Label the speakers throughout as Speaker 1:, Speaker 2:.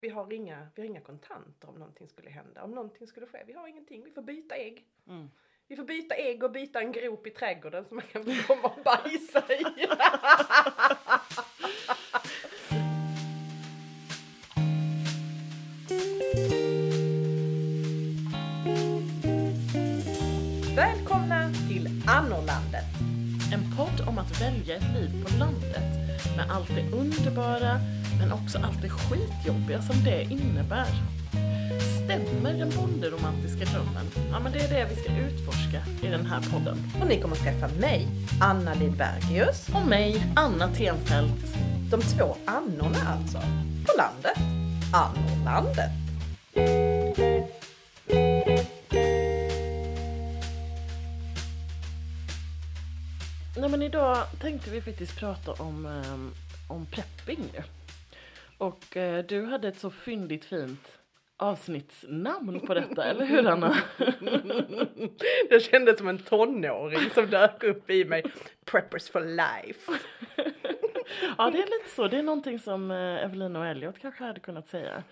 Speaker 1: Vi har inga kontanter om någonting skulle hända. Om någonting skulle ske. Vi har ingenting. Vi får byta ägg. Vi får byta ägg och byta en grop i trädgården som man kan få komma och bajsa i. Välkomna till Annorlandet.
Speaker 2: En podd om att välja ett liv på landet. Med allt det underbara, men också allt det skitjobbiga som det innebär. Stämmer den bonderomantiska drömmen? Ja, men det är det vi ska utforska i den här podden.
Speaker 1: Och ni kommer att träffa mig, Anna Lidbergius.
Speaker 2: Och mig, Anna Tenfelt.
Speaker 1: De två Annorna alltså. På landet. Annorlandet.
Speaker 2: Nej, men idag tänkte vi faktiskt prata om prepping. Och du hade ett så fyndigt fint avsnittsnamn på detta, eller hur Anna?
Speaker 1: Det kändes som en tonåring som dök upp i mig. Preppers for life.
Speaker 2: Ja, det är lite så. Det är någonting som Evelina och Elliot kanske hade kunnat säga.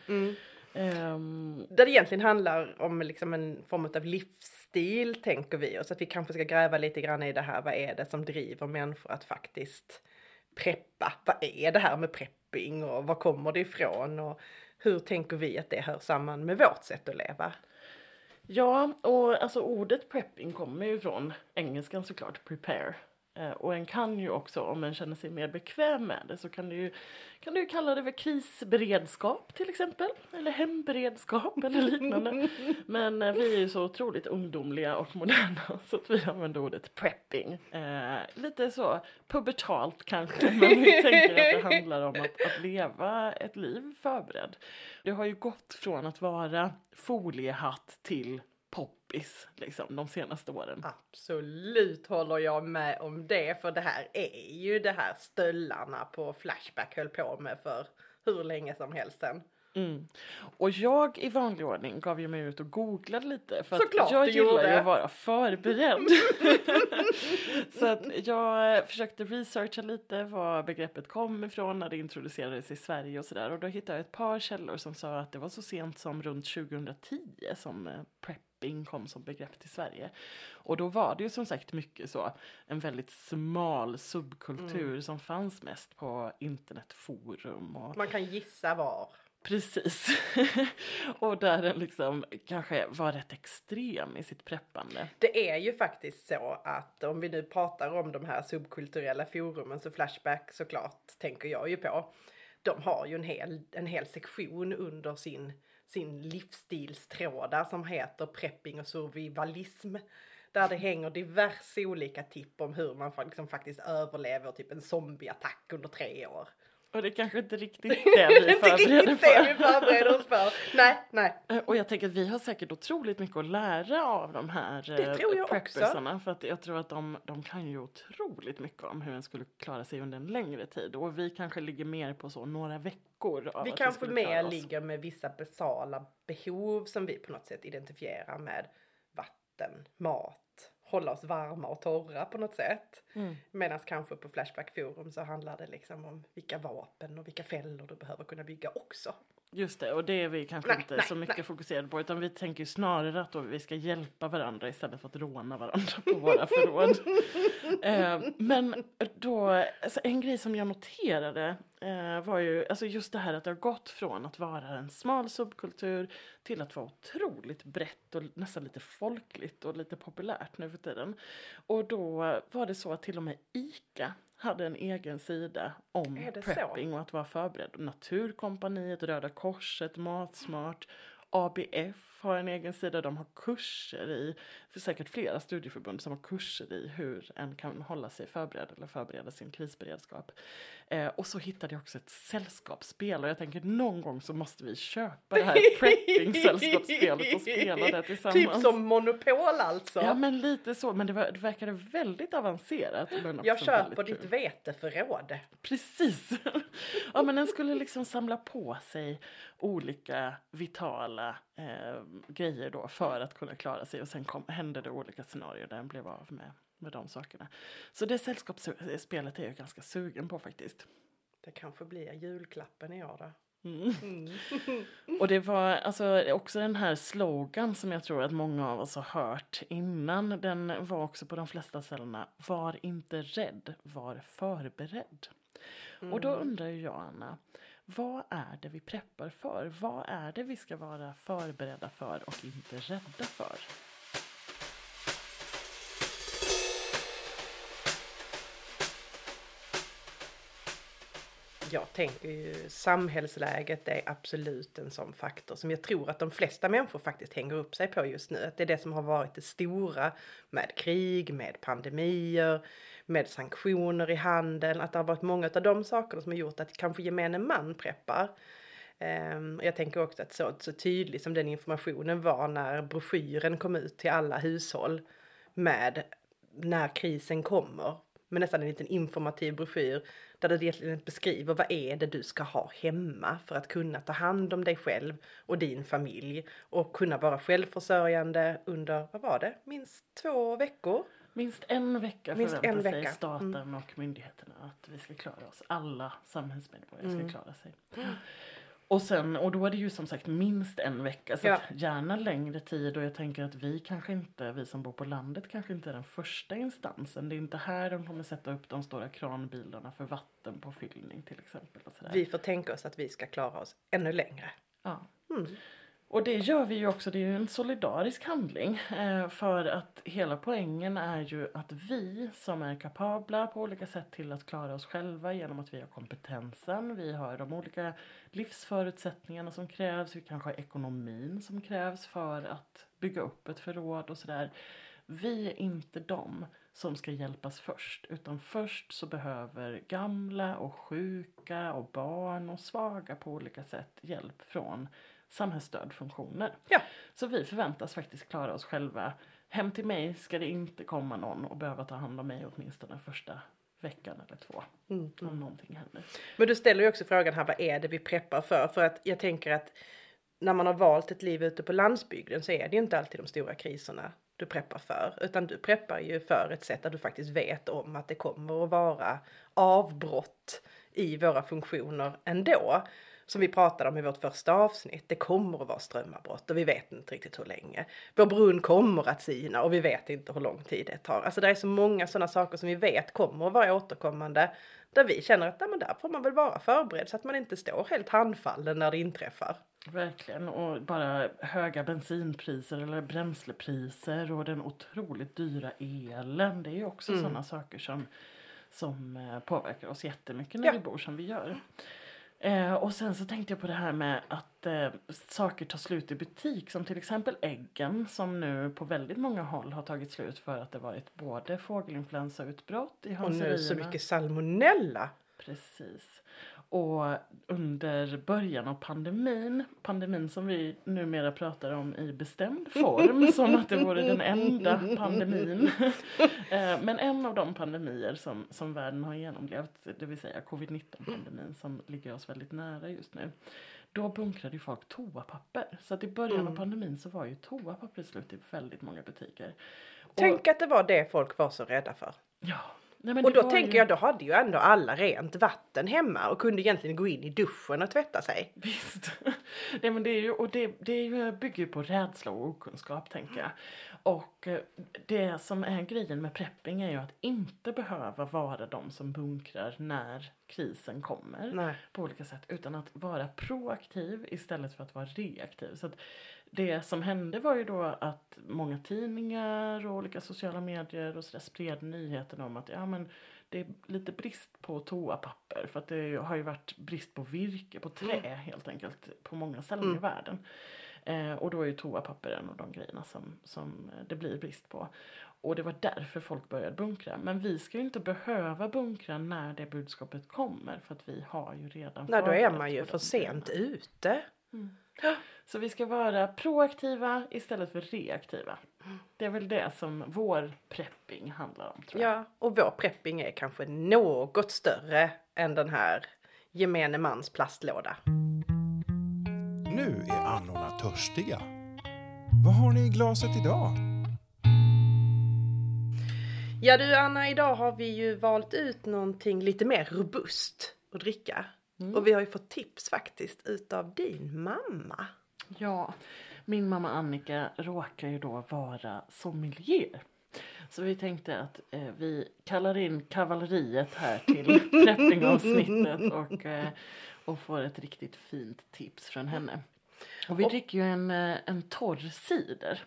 Speaker 1: Där det egentligen handlar om liksom en form av livsstil, tänker vi. Och så att vi kanske ska gräva lite grann i det här. Vad är det som driver människor att faktiskt preppa? Vad är det här med prepping och var kommer det ifrån? Och hur tänker vi att det hör samman med vårt sätt att leva?
Speaker 2: Ja, och alltså ordet prepping kommer ju från engelskan såklart, prepare. Och en kan ju också, om en känner sig mer bekväm med det, så kan du ju kalla det för krisberedskap till exempel. Eller hemberedskap eller liknande. Men vi är ju så otroligt ungdomliga och moderna så att vi använder ordet prepping. Lite så pubertalt kanske, men vi tänker att det handlar om att leva ett liv förberedd. Det har ju gått från att vara foliehatt till poppis liksom de senaste åren.
Speaker 1: Absolut håller jag med om det, för det här är ju det här stöllarna på Flashback höll på med för hur länge som helst sedan.
Speaker 2: Och jag i vanlig ordning gav ju mig ut och googlade lite för
Speaker 1: såklart,
Speaker 2: att jag gillar ju att vara förberedd. Så att jag försökte researcha lite var begreppet kom ifrån när det introducerades i Sverige och sådär. Och då hittade jag ett par källor som sa att det var så sent som runt 2010 som prepping kom som begrepp till Sverige. Och då var det ju som sagt mycket så en väldigt smal subkultur som fanns mest på internetforum. Och
Speaker 1: man kan gissa var.
Speaker 2: Precis. Och där den liksom kanske var rätt extrem i sitt preppande.
Speaker 1: Det är ju faktiskt så att om vi nu pratar om de här subkulturella forumen, så Flashback såklart tänker jag ju på. De har ju en hel sektion under sin livsstilstrådar som heter prepping och survivalism. Där det hänger diverse olika tips om hur man liksom faktiskt överlever typ en zombieattack under 3 år.
Speaker 2: Och det är kanske inte riktigt det vi förbereder oss för.
Speaker 1: Nej.
Speaker 2: Och jag tänker att vi har säkert otroligt mycket att lära av de här preppersarna. För att jag tror att de kan ju otroligt mycket om hur en skulle klara sig under en längre tid. Och vi kanske ligger mer på så några veckor.
Speaker 1: Vi kanske mer ligger med vissa basala behov som vi på något sätt identifierar med vatten, mat. Hålla oss varma och torra på något sätt. Medan kanske på Flashback Forum så handlar det liksom om vilka vapen och vilka fällor du behöver kunna bygga också.
Speaker 2: Just det, och det är vi kanske inte så mycket fokuserade på, utan vi tänker ju snarare att vi ska hjälpa varandra istället för att råna varandra på våra förråd. Men då, alltså en grej som jag noterade var ju alltså just det här att det har gått från att vara en smal subkultur till att vara otroligt brett och nästan lite folkligt och lite populärt nu för tiden. Och då var det så att till och med ICA hade en egen sida om prepping och att vara förberedd. Naturkompaniet, Röda Korset, Matsmart, ABF har en egen sida. De har kurser i, för säkert flera studieförbund som har kurser i hur en kan hålla sig förberedd eller förbereda sin krisberedskap. Och så hittade jag också ett sällskapsspel och jag tänker någon gång så måste vi köpa det här prepping-sällskapsspelet och spela det tillsammans.
Speaker 1: Typ som Monopol alltså.
Speaker 2: Ja, men lite så. Men det verkade väldigt avancerat. Men
Speaker 1: jag köper ditt veteförråd.
Speaker 2: Precis. Ja, men den skulle liksom samla på sig olika vitala grejer då för att kunna klara sig. Och sen hände det olika scenarier där den blev av med de sakerna. Så det sällskapsspelet är jag ganska sugen på faktiskt.
Speaker 1: Det kanske blir julklappen i år då.
Speaker 2: Och det var alltså också den här slogan som jag tror att många av oss har hört innan. Den var också på de flesta ställena. Var inte rädd, var förberedd. Och då undrar jag, Anna, vad är det vi preppar för? Vad är det vi ska vara förberedda för och inte rädda för?
Speaker 1: Jag tänker ju samhällsläget är absolut en sån faktor som jag tror att de flesta människor faktiskt hänger upp sig på just nu. Att det är det som har varit det stora med krig, med pandemier, med sanktioner i handeln. Att det har varit många av de sakerna som har gjort att kanske gemene man preppar. Jag tänker också att så tydligt som den informationen var när broschyren kom ut till alla hushåll med när krisen kommer. Med nästan en liten informativ broschyr där det egentligen beskriver vad är det du ska ha hemma för att kunna ta hand om dig själv och din familj och kunna vara självförsörjande under, vad var det, minst 2 veckor?
Speaker 2: Minst en vecka förväntar sig staten och myndigheterna att vi ska klara oss. Alla samhällsmedborgare ska klara sig. Och då är det ju som sagt minst en vecka. Så att gärna längre tid. Och jag tänker att vi som bor på landet kanske inte är den första instansen. Det är inte här de kommer sätta upp de stora kranbilarna för vattenpåfyllning till exempel. Och sådär.
Speaker 1: Vi får tänka oss att vi ska klara oss ännu längre.
Speaker 2: Ja. Och det gör vi ju också, det är ju en solidarisk handling. För att hela poängen är ju att vi som är kapabla på olika sätt till att klara oss själva genom att vi har kompetensen, vi har de olika livsförutsättningarna som krävs, vi kanske har ekonomin som krävs för att bygga upp ett förråd och sådär. Vi är inte de som ska hjälpas först, utan först så behöver gamla och sjuka och barn och svaga på olika sätt hjälp från samhällsstödfunktioner. Ja. Så vi förväntas faktiskt klara oss själva. Hem till mig ska det inte komma någon och behöva ta hand om mig åtminstone första veckan eller 2. Om någonting händer.
Speaker 1: Men du ställer ju också frågan här, vad är det vi preppar för? För att jag tänker att när man har valt ett liv ute på landsbygden så är det ju inte alltid de stora kriserna du preppar för. Utan du preppar ju för ett sätt där du faktiskt vet om att det kommer att vara avbrott i våra funktioner ändå. Som vi pratade om i vårt första avsnitt. Det kommer att vara strömavbrott och vi vet inte riktigt hur länge. Vår brunn kommer att sina och vi vet inte hur lång tid det tar. Alltså det är så många sådana saker som vi vet kommer att vara återkommande. Där vi känner att men där får man väl vara förberedd så att man inte står helt handfallen när det inträffar.
Speaker 2: Verkligen, och bara höga bensinpriser eller bränslepriser och den otroligt dyra elen. Det är ju också sådana saker som påverkar oss jättemycket när vi bor som vi gör. Och sen så tänkte jag på det här med att saker tar slut i butik. Som till exempel äggen som nu på väldigt många håll har tagit slut för att det varit både fågelinfluensautbrott i hönserierna.
Speaker 1: Och nu så mycket salmonella.
Speaker 2: Precis. Och under början av pandemin som vi numera pratar om i bestämd form, som att det vore den enda pandemin. Men en av de pandemier som världen har genomlevt, det vill säga covid-19-pandemin som ligger oss väldigt nära just nu. Då bunkrade ju folk toapapper. Så att i början av pandemin så var ju toapapper slut i väldigt många butiker.
Speaker 1: Tänk att det var det folk var så rädda för.
Speaker 2: Ja.
Speaker 1: Nej, och då tänker jag, då hade ju ändå alla rent vatten hemma och kunde egentligen gå in i duschen och tvätta sig.
Speaker 2: Visst. Nej, men det är ju, och det bygger ju på rädsla och okunskap, tänker jag. Och det som är grejen med prepping är ju att inte behöva vara de som bunkrar när krisen kommer på olika sätt. Utan att vara proaktiv istället för att vara reaktiv. Så att det som hände var ju då att många tidningar och olika sociala medier och sådär spred nyheten om att det är lite brist på toapapper. För att det har ju varit brist på virke, på trä helt enkelt på många ställen i världen. Och då är ju toapapper en av de grejerna som det blir brist på. Och det var därför folk började bunkra. Men vi ska ju inte behöva bunkra när det budskapet kommer. För att vi har ju redan...
Speaker 1: Nej, då är man ju för sent ute.
Speaker 2: Så vi ska vara proaktiva istället för reaktiva. Det är väl det som vår prepping handlar om, tror jag.
Speaker 1: Ja, och vår prepping är kanske något större än den här gemene mans plastlåda.
Speaker 3: Nu är annorna törstiga. Vad har ni i glaset idag?
Speaker 1: Ja du Anna, idag har vi ju valt ut någonting lite mer robust att dricka. Och vi har ju fått tips faktiskt utav din mamma.
Speaker 2: Ja, min mamma Annika råkar ju då vara sommelier. Så vi tänkte att vi kallar in kavalleriet här till prepping-avsnittet och får ett riktigt fint tips från henne. Och vi dricker ju en torr cider.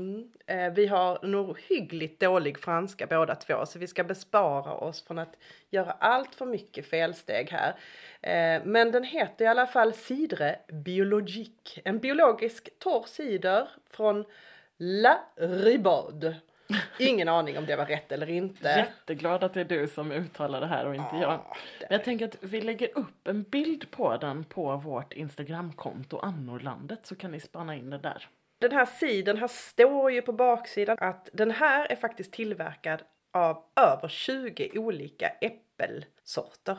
Speaker 1: Vi har nog hyggligt dålig franska båda två, så vi ska bespara oss från att göra allt för mycket felsteg här. Men den heter i alla fall Cidre Biologique. En biologisk torr cider från La Ribaude. Ingen aning om det var rätt eller inte.
Speaker 2: Jätteglad att det är du som uttalar det här och inte jag. Men jag tänker att vi lägger upp en bild på den på vårt Instagramkonto Annorlandet, så kan ni spana in det där.
Speaker 1: Den här cidern, här står ju på baksidan att den här är faktiskt tillverkad av över 20 olika äppelsorter.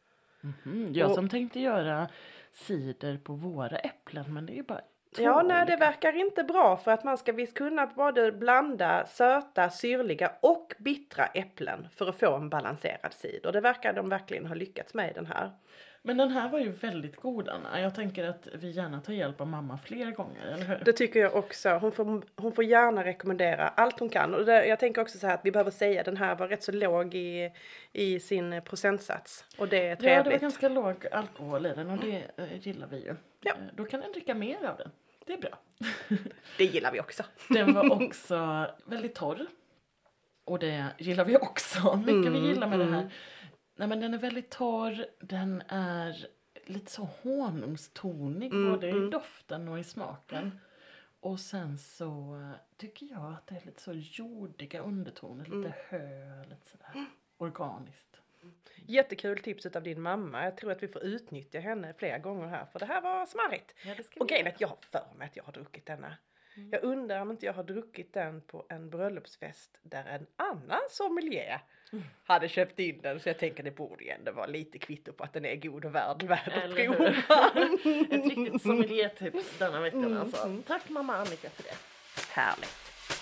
Speaker 2: Jag som tänkte göra cider på våra äpplen, men det är ju bara
Speaker 1: Ja, nej, det verkar inte bra, för att man ska visst kunna både blanda söta, syrliga och bittra äpplen för att få en balanserad cider. Det verkar de verkligen ha lyckats med den här.
Speaker 2: Men den här var ju väldigt god, Anna. Jag tänker att vi gärna tar hjälp av mamma fler gånger, eller hur?
Speaker 1: Det tycker jag också. Hon får gärna rekommendera allt hon kan. Och jag tänker också så här att vi behöver säga att den här var rätt så låg i sin procentsats. Och det är trevligt.
Speaker 2: Ja, det var ganska låg alkohol i den och det gillar vi ju.
Speaker 1: Ja.
Speaker 2: Då kan den dricka mer av den. Det är bra.
Speaker 1: Det gillar vi också.
Speaker 2: Den var också väldigt torr. Och det gillar vi också. Mycket vi gillar med det här. Nej, men den är väldigt torr. Den är lite så honungstonig. Både i doften och i smaken. Och sen så tycker jag att det är lite så jordiga undertoner. Lite hö, lite sådär organiskt.
Speaker 1: Jättekul tips av din mamma. Jag tror att vi får utnyttja henne flera gånger här. För det här var smarrigt.
Speaker 2: Ja,
Speaker 1: och grejen är att jag har för mig att jag har druckit denna. Jag undrar om inte jag har druckit den på en bröllopsfest där en annan sommelier hade köpt in den. Så jag tänker det borde ju ändå vara lite kvitto på att den är god och värd att prova.
Speaker 2: Ett riktigt sommeliertips denna veckan alltså. Tack mamma Annika för det.
Speaker 1: Härligt.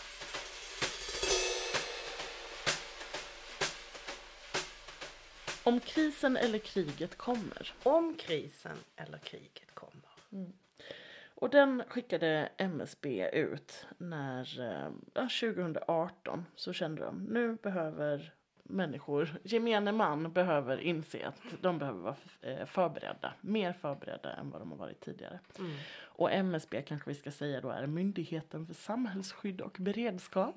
Speaker 2: Om krisen eller kriget kommer.
Speaker 1: Om krisen eller kriget kommer.
Speaker 2: Och den skickade MSB ut när 2018 så kände de nu behöver människor, gemene man behöver inse att de behöver vara förberedda, mer förberedda än vad de har varit tidigare. Och MSB kanske vi ska säga då är Myndigheten för samhällsskydd och beredskap.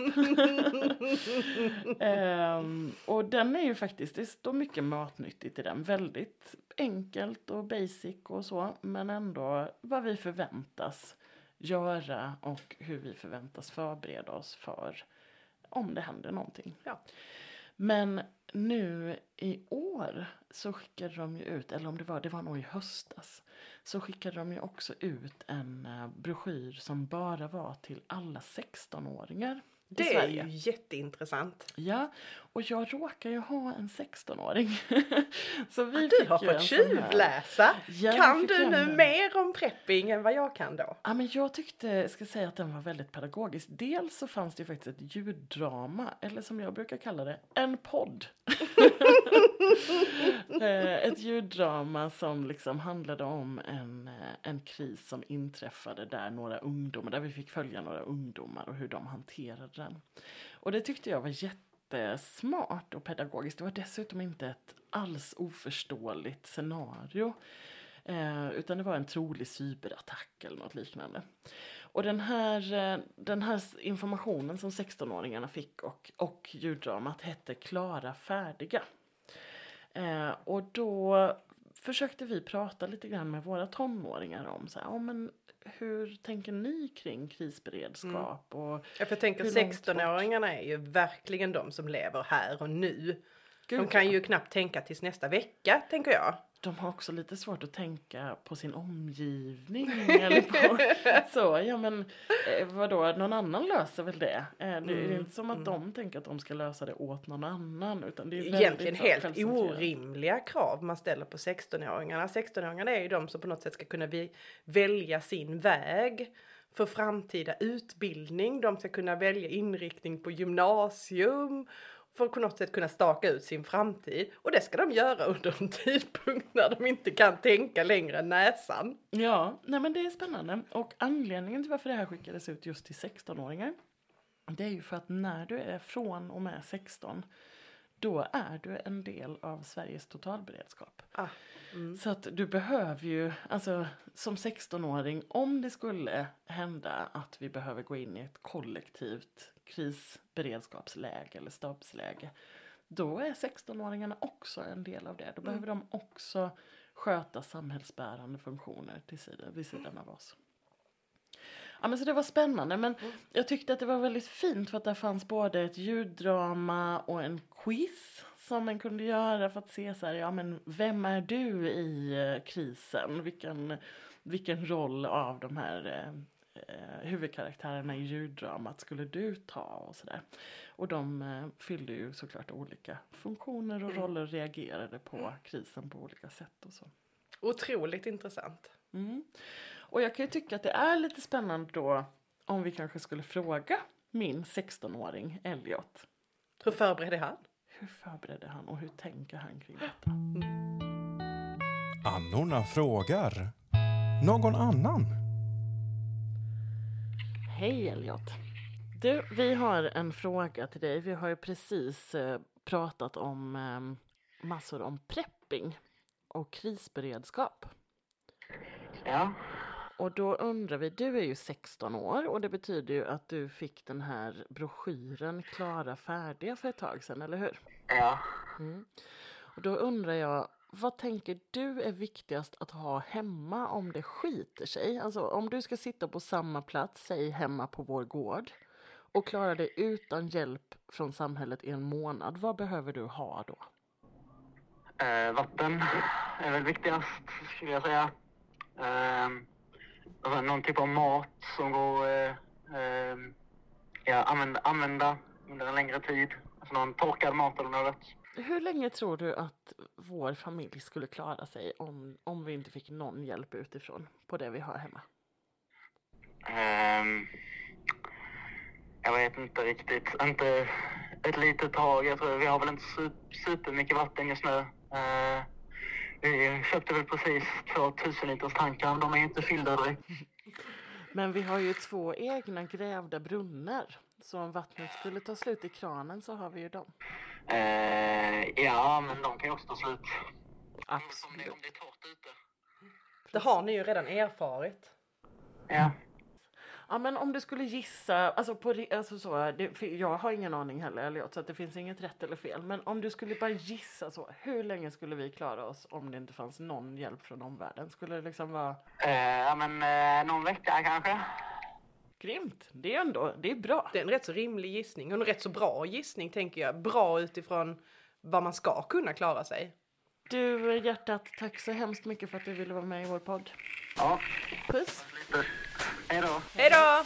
Speaker 2: Och den är ju faktiskt, det står mycket matnyttigt i den, väldigt enkelt och basic och så, men ändå vad vi förväntas göra och hur vi förväntas förbereda oss för om det händer någonting.
Speaker 1: Ja.
Speaker 2: Men nu i år så skickade de ju ut, eller om det var nog i höstas, så skickade de ju också ut en broschyr som bara var till alla 16-åringar.
Speaker 1: Det är ju jätteintressant.
Speaker 2: Ja, och jag råkar ju ha en 16-åring. Så vi
Speaker 1: du har fått tjuvläsa.
Speaker 2: Ja,
Speaker 1: kan du nu mer om prepping än vad jag kan då?
Speaker 2: Ja, men jag ska säga att den var väldigt pedagogisk. Dels så fanns det ju faktiskt ett ljuddrama, eller som jag brukar kalla det, en podd. Ett ljuddrama som liksom handlade om en kris som inträffade där vi fick följa några ungdomar och hur de hanterade den. Och det tyckte jag var jättesmart och pedagogiskt. Det var dessutom inte ett alls oförståeligt scenario. Utan det var en trolig cyberattack eller något liknande. Och den här informationen som 16-åringarna fick och ljuddramat hette Klara färdiga. Och då försökte vi prata lite grann med våra tonåringar om så här, men hur tänker ni kring krisberedskap? Och
Speaker 1: jag tänker 16-åringarna är ju verkligen de som lever här och nu. De kan ju knappt tänka tills nästa vecka, tänker jag.
Speaker 2: De har också lite svårt att tänka på sin omgivning. Eller på, så, ja men vadå, någon annan löser väl det? Det är inte som att de tänker att de ska lösa det åt någon annan. Utan det är
Speaker 1: egentligen helt orimliga krav man ställer på 16-åringarna. 16-åringarna är ju de som på något sätt ska kunna välja sin väg för framtida utbildning. De ska kunna välja inriktning på gymnasium. för att på något sätt kunna staka ut sin framtid. Och det ska de göra under en tidpunkt när de inte kan tänka längre än näsan.
Speaker 2: Ja, nej men det är spännande. Och anledningen till varför det här skickades ut just till 16-åringar, det är ju för att när du är från och med 16, då är du en del av Sveriges totalberedskap. Så att du behöver ju, alltså som 16-åring, om det skulle hända att vi behöver gå in i ett kollektivt krisberedskapsläge eller stabsläge, då är 16-åringarna också en del av det. Då behöver de också sköta samhällsbärande funktioner vid sidan av oss. Ja, men så det var spännande, men jag tyckte att det var väldigt fint för att det fanns både ett ljuddrama och en quiz som man kunde göra för att se så här, ja men vem är du i krisen? Vilken roll av de här huvudkaraktärerna i ljuddramat skulle du ta och sådär. Och de fyllde ju såklart olika funktioner och roller och reagerade på krisen på olika sätt och så.
Speaker 1: Otroligt intressant.
Speaker 2: Och jag kan ju tycka att det är lite spännande då om vi kanske skulle fråga min 16-åring Elliot.
Speaker 1: Hur förbereder han?
Speaker 2: Hur förbereder han och hur tänker han kring detta?
Speaker 3: Annorna frågar. Någon annan?
Speaker 2: Hej Elliot. Du, vi har en fråga till dig. Vi har ju precis pratat om massor om prepping och krisberedskap.
Speaker 4: Ja.
Speaker 2: Och då undrar vi, du är ju 16 år och det betyder ju att du fick den här broschyren Klara färdiga för ett tag sedan, eller hur?
Speaker 4: Ja.
Speaker 2: Och då undrar jag, vad tänker du är viktigast att ha hemma om det skiter sig? Alltså om du ska sitta på samma plats, säg hemma på vår gård, och klara dig utan hjälp från samhället i en månad, vad behöver du ha då?
Speaker 4: Vatten är väl viktigast, skulle jag säga. Alltså någon typ av mat som går använda under en längre tid. Alltså någon torkad mat eller något.
Speaker 2: Hur länge tror du att vår familj skulle klara sig om vi inte fick någon hjälp utifrån på det vi har hemma?
Speaker 4: Jag vet inte riktigt. Inte ett litet tag. Jag tror vi har väl inte supermycket vatten just nu. Vi köpte väl precis 2000 liters tankar. De är inte fyllda direkt.
Speaker 2: Men vi har ju 2 egna grävda brunnar. Så om vattnet skulle ta slut i kranen så har vi ju dem.
Speaker 4: Ja, men de kan ju också ta slut.
Speaker 2: Absolut.
Speaker 4: Om det är torrt ute.
Speaker 1: Det har ni ju redan erfarit.
Speaker 4: Ja.
Speaker 2: Ja, men om du skulle gissa, jag har ingen aning heller, eller så att det finns inget rätt eller fel. Men om du skulle bara gissa så, hur länge skulle vi klara oss om det inte fanns någon hjälp från omvärlden? Skulle det liksom vara...
Speaker 4: någon vecka kanske.
Speaker 2: Grymt, det är bra.
Speaker 1: Det är en rätt så rimlig gissning och en rätt så bra gissning tänker jag. Bra utifrån vad man ska kunna klara sig.
Speaker 2: Du hjärtat, tack så hemskt mycket för att du ville vara med i vår podd.
Speaker 4: Ja.
Speaker 2: Puss.
Speaker 4: Hej då.
Speaker 1: Hej då!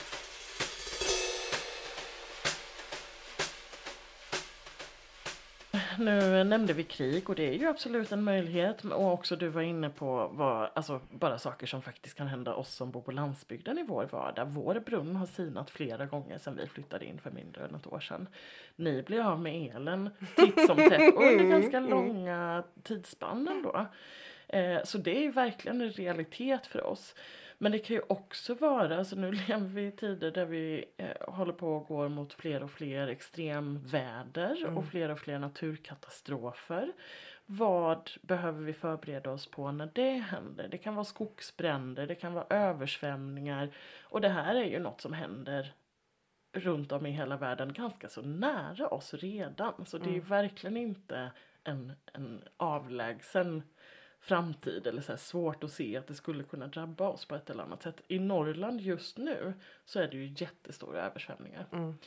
Speaker 2: Nu nämnde vi krig och det är ju absolut en möjlighet. Och också du var inne på bara saker som faktiskt kan hända oss som bor på landsbygden i vår vardag. Vår brunn har sinat flera gånger sedan vi flyttade in för mindre än ett år sedan. Ni blir av med elen titt som tätt och under ganska långa tidsspannen då. Så det är ju verkligen en realitet för oss. Men det kan ju också vara, alltså nu lever vi i tider där vi håller på att gå mot fler och fler extremväder och fler naturkatastrofer. Vad behöver vi förbereda oss på när det händer? Det kan vara skogsbränder, det kan vara översvämningar. Och det här är ju något som händer runt om i hela världen ganska så nära oss redan. Så det är ju verkligen inte en avlägsen framtid eller så här svårt att se att det skulle kunna drabba oss på ett eller annat sätt. I Norrland just nu så är det ju jättestora översvämningar.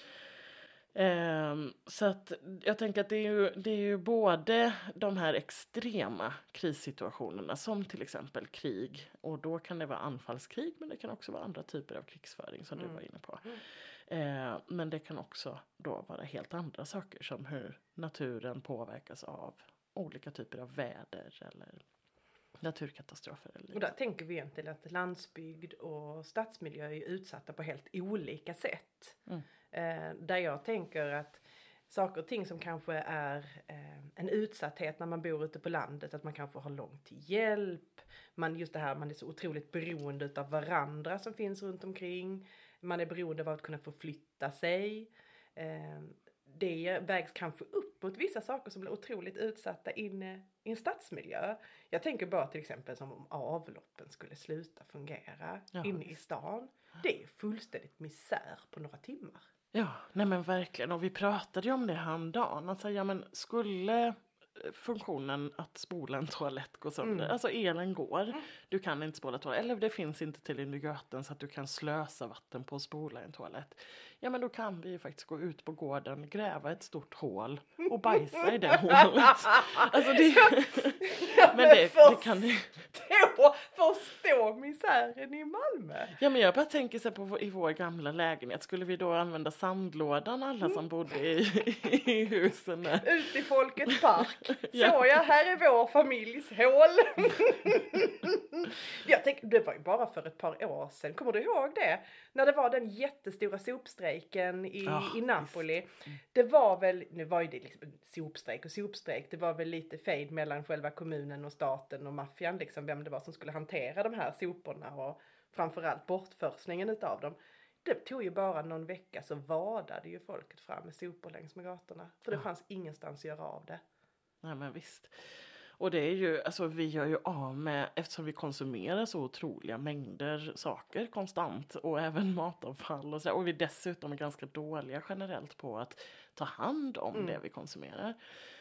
Speaker 2: Så att jag tänker att det är ju både de här extrema krissituationerna som till exempel krig, och då kan det vara anfallskrig men det kan också vara andra typer av krigsföring som du var inne på. Men det kan också då vara helt andra saker som hur naturen påverkas av olika typer av väder eller naturkatastrofer.
Speaker 1: Och där tänker vi egentligen att landsbygd och stadsmiljö är utsatta på helt olika sätt. Där jag tänker att saker och ting som kanske är en utsatthet när man bor ute på landet. Att man kanske har långt till hjälp. Just det här, man är så otroligt beroende av varandra som finns runt omkring. Man är beroende av att kunna förflytta sig. Det vägs kanske upp mot vissa saker som blir otroligt utsatta inne i en stadsmiljö. Jag tänker bara till exempel som om avloppen skulle sluta fungera inne i stan. Det är ju fullständigt misär på några timmar.
Speaker 2: Ja, nej men verkligen. Och vi pratade ju om det häromdagen. Alltså, ja men skulle funktionen att spola en toalett gå sönder. Alltså elen går. Du kan inte spola toalett. Eller det finns inte till Indygaten så att du kan slösa vatten på att spola en toalett. Ja men då kan vi ju faktiskt gå ut på gården, gräva ett stort hål och bajsa i det hålet. Alltså det... men det kan du...
Speaker 1: Förstå misären i Malmö.
Speaker 2: Ja men jag bara tänker så på i vår gamla lägenhet. Skulle vi då använda sandlådan alla som bodde i husen där?
Speaker 1: Ut i Folkets park. Så här är vår familjs hål. Jag tänkte, det var ju bara för ett par år sedan. Kommer du ihåg det? När det var den jättestora sopstrejken i Napoli. Det var väl, nu var ju det liksom sopstrejk och sopstrejk. Det var väl lite fejd mellan själva kommunen och staten och maffian. Liksom, vem det var som skulle hantera de här soporna och framförallt bortförslingen utav dem. Det tog ju bara någon vecka så vadade ju folket fram med sopor längs med gatorna. För det fanns ingenstans att göra av det.
Speaker 2: Nej men visst. Och det är ju, alltså vi gör ju av med, eftersom vi konsumerar så otroliga mängder saker konstant och även matavfall och så, och vi dessutom är ganska dåliga generellt på att ta hand om det vi konsumerar.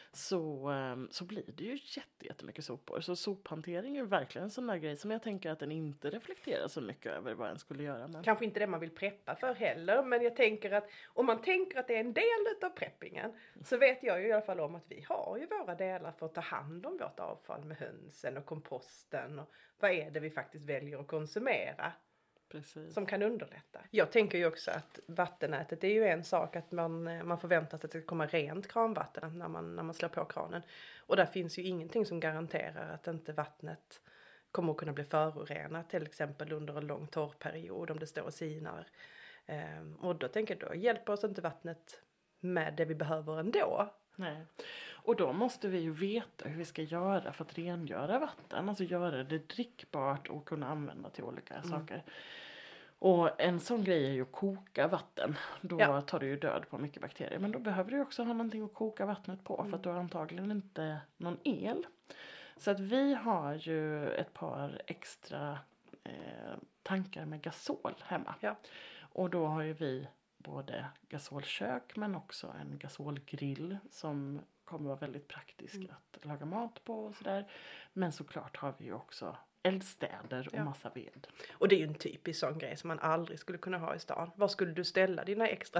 Speaker 2: Så blir det ju jättemycket sopor. Så sophantering är verkligen en sån där grej som jag tänker att den inte reflekterar så mycket över vad den skulle göra. Men...
Speaker 1: kanske inte det man vill preppa för heller, men jag tänker att om man tänker att det är en del av preppingen så vet jag ju i alla fall om att vi har ju våra delar för att ta hand om vårt avfall med hönsen och komposten och vad är det vi faktiskt väljer att konsumera.
Speaker 2: Precis.
Speaker 1: Som kan underlätta. Jag tänker ju också att vattennätet är ju en sak att man förväntar sig att det ska komma rent kranvatten när man slår på kranen. Och där finns ju ingenting som garanterar att inte vattnet kommer att kunna bli förorenat till exempel under en lång torrperiod om det står och sinar. Och då tänker jag, då hjälper oss inte vattnet med det vi behöver ändå.
Speaker 2: Nej. Och då måste vi ju veta hur vi ska göra för att rengöra vatten. Alltså göra det drickbart och kunna använda till olika saker. Och en sån grej är ju att koka vatten. Då tar det ju död på mycket bakterier. Men då behöver du också ha någonting att koka vattnet på. För att du har antagligen inte någon el. Så att vi har ju ett par extra tankar med gasol hemma. Ja. Och då har ju vi både gasolkök men också en gasolgrill som kommer vara väldigt praktisk att laga mat på och sådär. Men såklart har vi ju också eldstäder och massa ved.
Speaker 1: Och det är ju en typisk sån grej som man aldrig skulle kunna ha i stan. Var skulle du ställa dina extra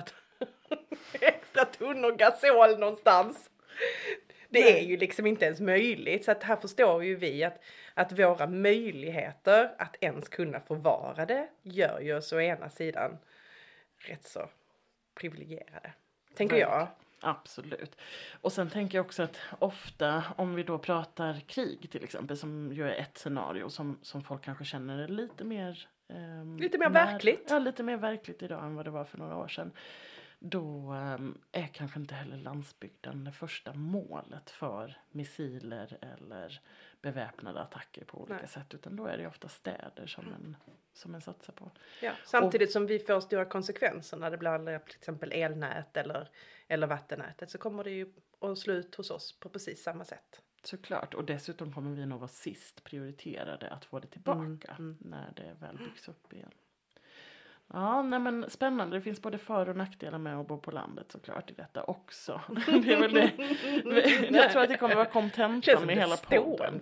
Speaker 1: tunnor gasol någonstans? Det är ju liksom inte ens möjligt. Så att här förstår ju vi att våra möjligheter att ens kunna förvara det gör ju oss å ena sidan rätt så privilegierade. Tänker jag.
Speaker 2: Absolut. Och sen tänker jag också att ofta om vi då pratar krig till exempel som ju är ett scenario som folk kanske känner är lite mer
Speaker 1: verkligt.
Speaker 2: Ja, lite mer verkligt idag än vad det var för några år sedan. Då är kanske inte heller landsbygden det första målet för missiler eller beväpnade attacker på olika sätt. Utan då är det ofta städer som en satsar på.
Speaker 1: Ja, samtidigt som vi får stora konsekvenser när det blir till exempel elnät eller vattennätet så kommer det ju att slå ut hos oss på precis samma sätt.
Speaker 2: Såklart, och dessutom kommer vi nog vara sist prioriterade att få det tillbaka när det väl byggs upp igen. Ja, nej men spännande. Det finns både för- och nackdelar med att bo på landet såklart i detta också. Det är väl det. Jag tror att det kommer vara kontentan med hela podden.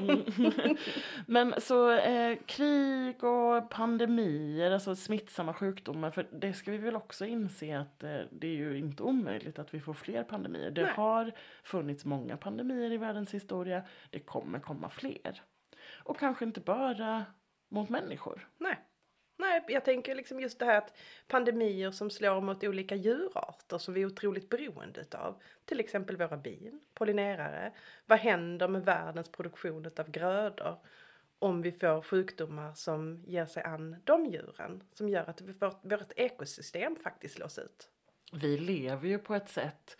Speaker 2: Men så krig och pandemier, alltså smittsamma sjukdomar, för det ska vi väl också inse att det är ju inte omöjligt att vi får fler pandemier. Det har funnits många pandemier i världens historia. Det kommer komma fler. Och kanske inte bara mot människor.
Speaker 1: Nej, jag tänker liksom just det här att pandemier som slår mot olika djurarter som vi är otroligt beroende utav. Till exempel våra bin, pollinerare. Vad händer med världens produktion av grödor om vi får sjukdomar som ger sig an de djuren? Som gör att vårt ekosystem faktiskt slås ut.
Speaker 2: Vi lever ju på ett sätt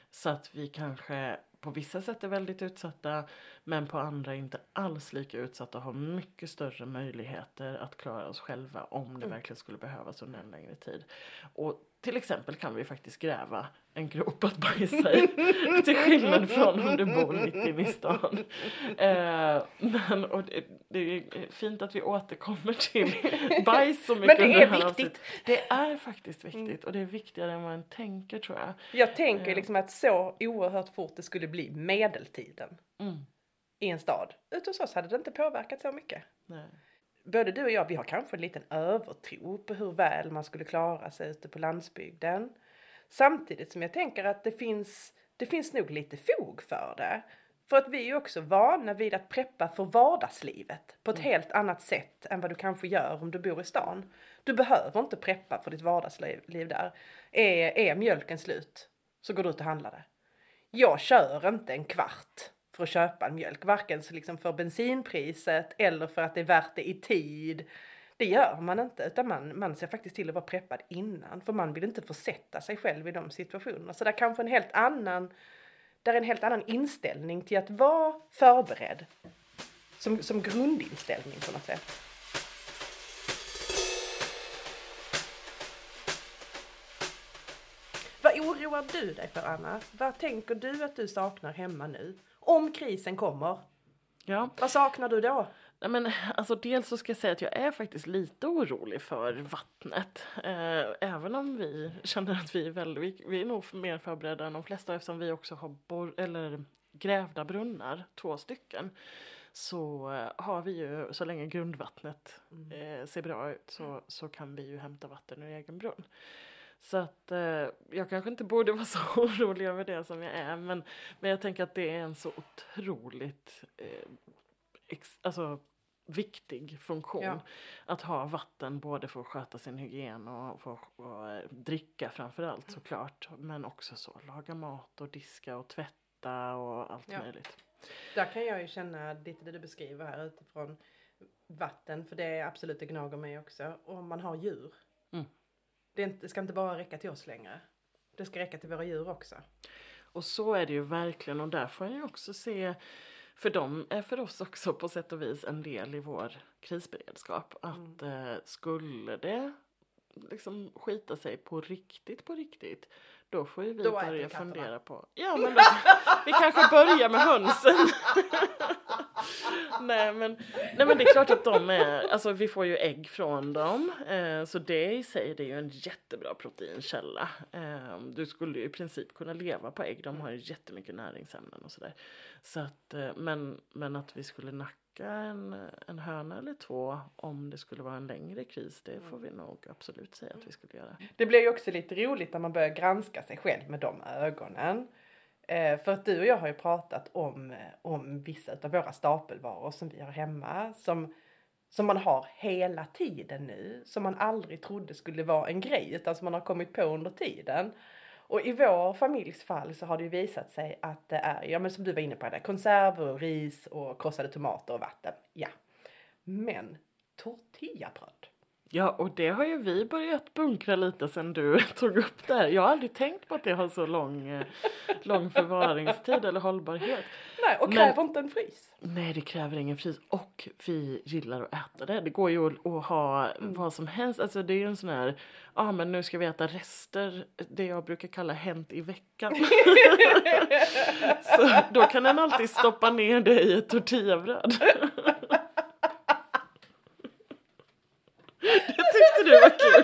Speaker 2: Så att vi kanske på vissa sätt är väldigt utsatta, men på andra inte alls lika utsatta och har mycket större möjligheter att klara oss själva om det verkligen skulle behövas under en längre tid. Och till exempel kan vi faktiskt gräva en grop att bajsa i, till skillnad från om du bor mitt inne i stan. Men och det är fint att vi återkommer till bajs så mycket.
Speaker 1: Men det är viktigt.
Speaker 2: Det är faktiskt viktigt och det är viktigare än man tänker, tror jag.
Speaker 1: Jag tänker liksom att så oerhört fort det skulle bli medeltiden i en stad. Ute hos oss hade det inte påverkat så mycket.
Speaker 2: Nej.
Speaker 1: Både du och jag, vi har kanske en liten övertro på hur väl man skulle klara sig ute på landsbygden. Samtidigt som jag tänker att det finns nog lite fog för det. För att vi är ju också vana vid att preppa för vardagslivet på ett helt annat sätt än vad du kanske gör om du bor i stan. Du behöver inte preppa för ditt vardagsliv där. Är mjölken slut så går du ut och handlar det. Jag kör inte en kvart för att köpa en mjölk. Varken så liksom för bensinpriset eller för att det är värt det i tid. Det gör man inte, utan man ser faktiskt till att vara preppad innan. För man vill inte försätta sig själv i de situationerna. Så där kanske en helt annan inställning till att vara förberedd. Som grundinställning på något sätt. Vad oroar du dig för, Anna? Vad tänker du att du saknar hemma nu? Om krisen kommer, vad saknar du då?
Speaker 2: Nej, men alltså dels så ska jag säga att jag är faktiskt lite orolig för vattnet. Även om vi känner att vi är nog mer förberedda än de flesta, eftersom vi också har grävda brunnar, 2 stycken. Så har vi ju, så länge grundvattnet ser bra ut, så kan vi ju hämta vatten ur egen brunn. Så att jag kanske inte borde vara så orolig över det som jag är. Men jag tänker att det är en så otroligt viktig funktion. Att ha vatten både för att sköta sin hygien och för att dricka framförallt såklart. Men också så laga mat och diska och tvätta och allt möjligt.
Speaker 1: Där kan jag ju känna lite det du beskriver här utifrån vatten. För det är absolut, det gnager mig också. Om man har djur. Det ska inte bara räcka till oss längre. Det ska räcka till våra djur också.
Speaker 2: Och så är det ju verkligen. Och där får jag ju också se, för de är för oss också på sätt och vis en del i vår krisberedskap. Att skulle det liksom skita sig på riktigt, då får ju vi börja fundera på. Ja, men då, vi kanske börjar med hönsen. Nej men det är klart att de är, alltså vi får ju ägg från dem, så det i sig, det är ju en jättebra proteinkälla. Du skulle ju i princip kunna leva på ägg, de har ju jättemycket näringsämnen och sådär. Så att, men att vi skulle nacka en höna eller 2 om det skulle vara en längre kris, det får vi nog absolut säga att vi skulle göra.
Speaker 1: Det blir ju också lite roligt när man börjar granska sig själv med de ögonen. För att du och jag har ju pratat om vissa av våra stapelvaror som vi har hemma. Som man har hela tiden nu. Som man aldrig trodde skulle vara en grej. Utan som man har kommit på under tiden. Och i vår familjs fall så har det ju visat sig att det är, ja men som du var inne på det, konserver och ris och krossade tomater och vatten. Ja. Men tortillabröd.
Speaker 2: Ja, och det har ju vi börjat bunkra lite sen du tog upp det här. Jag har aldrig tänkt på att det har så lång förvaringstid eller hållbarhet.
Speaker 1: Nej, och kräver inte en frys.
Speaker 2: Nej, det kräver ingen frys. Och vi gillar att äta det. Det går ju att ha vad som helst. Alltså det är ju en sån här, men nu ska vi äta rester. Det jag brukar kalla hänt i veckan. Så då kan den alltid stoppa ner det i ett tortillabröd. Det tyckte du var kul.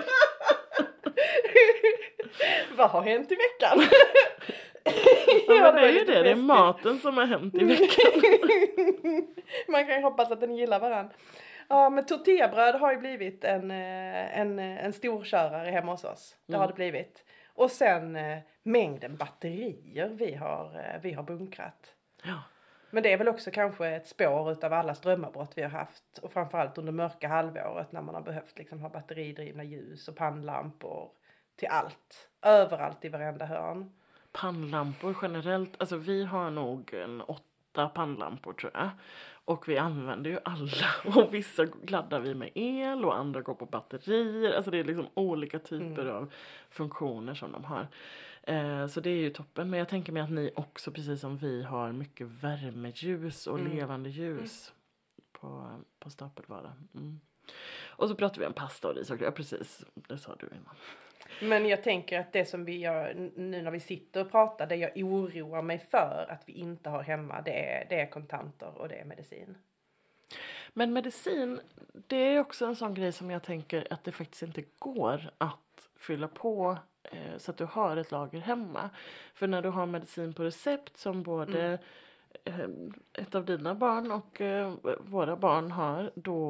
Speaker 1: Vad har hänt i veckan?
Speaker 2: Ja, men det är ju det. Det är maten som har hänt i veckan.
Speaker 1: Man kan ju hoppas att den gillar varandra. Ja, men tortillabröd har ju blivit en storkörare hemma hos oss. Det har det blivit. Och sen mängden batterier vi har bunkrat.
Speaker 2: Ja.
Speaker 1: Men det är väl också kanske ett spår utav alla strömavbrott vi har haft. Och framförallt under mörka halvåret när man har behövt liksom ha batteridrivna ljus och pannlampor till allt. Överallt i varenda hörn.
Speaker 2: Pannlampor generellt. Alltså vi har nog 8 pannlampor tror jag. Och vi använder ju alla. Och vissa laddar vi med el och andra går på batterier. Alltså det är liksom olika typer av funktioner som de har. Så det är ju toppen. Men jag tänker mig att ni också, precis som vi, har mycket värmeljus och levande ljus på stapelvara. Och så pratar vi om pasta och ris. Ja, precis. Det sa du innan.
Speaker 1: Men jag tänker att det som vi gör nu när vi sitter och pratar, det jag oroar mig för att vi inte har hemma, det är kontanter och det är medicin.
Speaker 2: Men medicin, det är också en sån grej som jag tänker att det faktiskt inte går att fylla på så att du har ett lager hemma. För när du har medicin på recept som både ett av dina barn och våra barn har,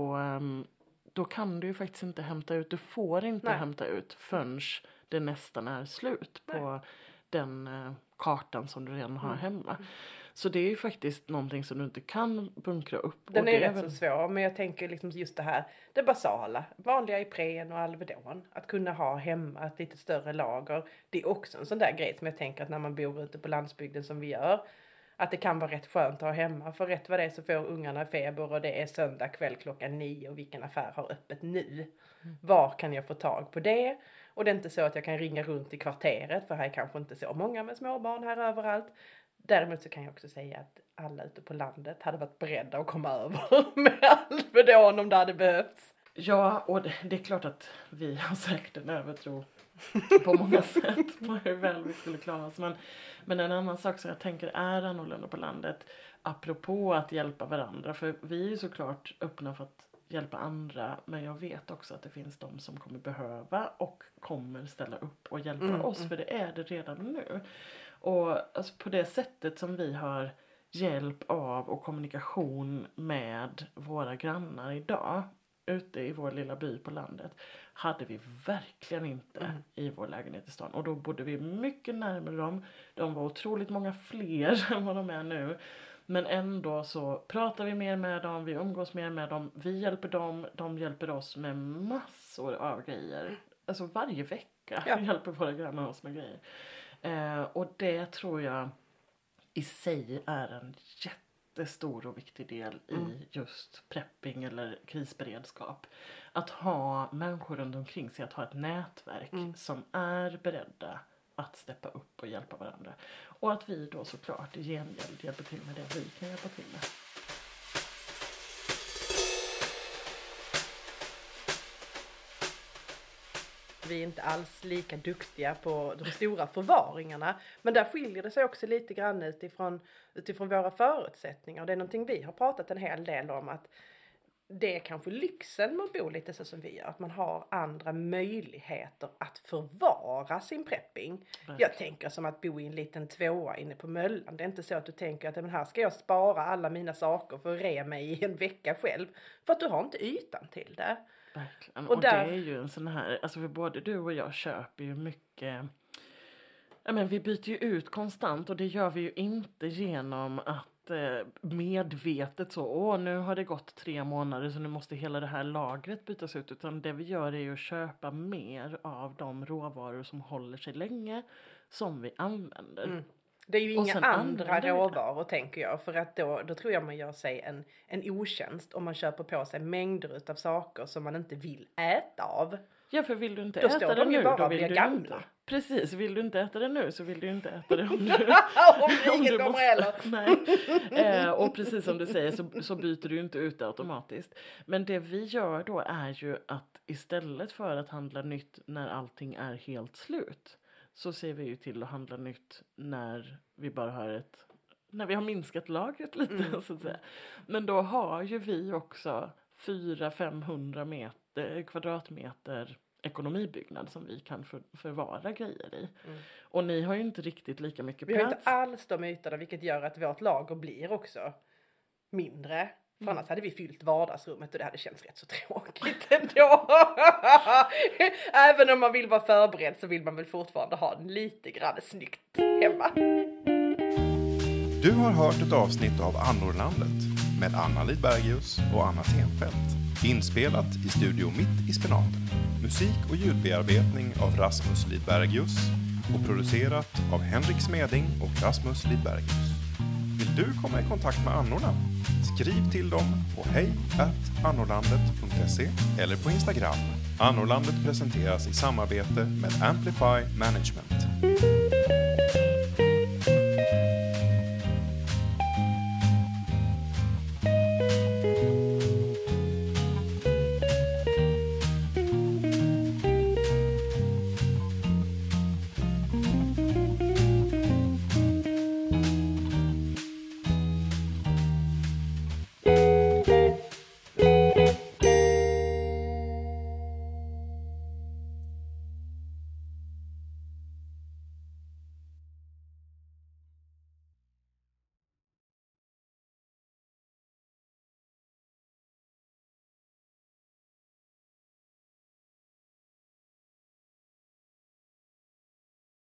Speaker 2: då kan du ju faktiskt inte hämta ut. Du får inte hämta ut förrän det nästan är slut på den kartan som du redan har hemma. Så det är ju faktiskt någonting som du inte kan bunkra upp.
Speaker 1: Den är rätt så svår, men jag tänker liksom just det här, det basala, vanliga Ipren och Alvedon. Att kunna ha hemma ett lite större lager. Det är också en sån där grej som jag tänker att när man bor ute på landsbygden som vi gör, att det kan vara rätt skönt att ha hemma. För rätt vad det är så får ungarna feber och det är söndag kväll 9:00 och vilken affär har öppet nu. Var kan jag få tag på det? Och det är inte så att jag kan ringa runt i kvarteret, för här är kanske inte så många med småbarn här överallt. Däremot så kan jag också säga att alla ute på landet hade varit beredda att komma över med Alvedon om det hade behövts.
Speaker 2: Ja, och det är klart att vi har säkert en övertro på många sätt på hur väl vi skulle klara oss. Men en annan sak som jag tänker är annorlunda på landet, apropå att hjälpa varandra. För vi är ju såklart öppna för att hjälpa andra, men jag vet också att det finns de som kommer behöva och kommer ställa upp och hjälpa oss, för det är det redan nu. Och alltså, på det sättet som vi har hjälp av och kommunikation med våra grannar idag ute i vår lilla by på landet, hade vi verkligen inte i vår lägenhet i stan. Och då bodde vi mycket närmare dem. De var otroligt många fler än vad de är nu. Men ändå så pratar vi mer med dem, vi umgås mer med dem, vi hjälper dem, de hjälper oss med massor av grejer. Alltså varje vecka hjälper våra grannar oss med grejer. Och det tror jag i sig är en jättestor och viktig del i just prepping eller krisberedskap. Att ha människor runt omkring sig, att ha ett nätverk som är beredda att steppa upp och hjälpa varandra. Och att vi då såklart i gengäld hjälper till med det vi kan hjälpa till med.
Speaker 1: Vi är inte alls lika duktiga på de stora förvaringarna. Men där skiljer det sig också lite grann utifrån våra förutsättningar. Och det är någonting vi har pratat en hel del om, att det är kanske lyxen med att bo lite så som vi gör. Att man har andra möjligheter att förvara sin prepping. Jag tänker som att bo i en liten tvåa inne på Möllan. Det är inte så att du tänker att men här ska jag spara alla mina saker för att re mig i en vecka själv. För att du har inte ytan till det.
Speaker 2: Verkligen. Och det är ju en sån här, alltså för både du och jag köper ju mycket, men vi byter ju ut konstant, och det gör vi ju inte genom att medvetet så, nu har det gått 3 månader så nu måste hela det här lagret bytas ut, utan det vi gör är ju att köpa mer av de råvaror som håller sig länge som vi använder.
Speaker 1: Det är ju inga andra råvaror tänker jag, för att då tror jag man gör sig en otjänst om man köper på sig mängder av saker som man inte vill äta av.
Speaker 2: Ja, för vill du inte äta det nu, då vill du
Speaker 1: gamla.
Speaker 2: inte. Precis, vill du inte äta det nu så vill du inte äta det om du
Speaker 1: om du kommer heller.
Speaker 2: Nej. Och precis som du säger så byter du inte ut det automatiskt. Men det vi gör då är ju att istället för att handla nytt när allting är helt slut, så ser vi ju till att handla nytt när vi bara har när vi har minskat lagret lite så att säga. Men då har ju vi också 400-500 kvadratmeter ekonomibyggnad som vi kan förvara grejer i. Och ni har ju inte riktigt lika mycket plats.
Speaker 1: Vi har inte alls de ytorna, vilket gör att vårt lager blir också mindre. För annars hade vi fyllt vardagsrummet och det hade känts rätt så tråkigt ändå. Även om man vill vara förberedd så vill man väl fortfarande ha lite grann snyggt hemma.
Speaker 3: Du har hört ett avsnitt av Annorlandet med Anna Lidbergius och Anna Tenfelt. Inspelat i studio Mitt i Spenaten. Musik och ljudbearbetning av Rasmus Lidbergius och producerat av Henrik Smeding och Rasmus Lidbergius. Vill du komma i kontakt med Annorna? Skriv till dem på hej@annorlandet.se eller på Instagram. Annorlandet presenteras i samarbete med Amplify Management.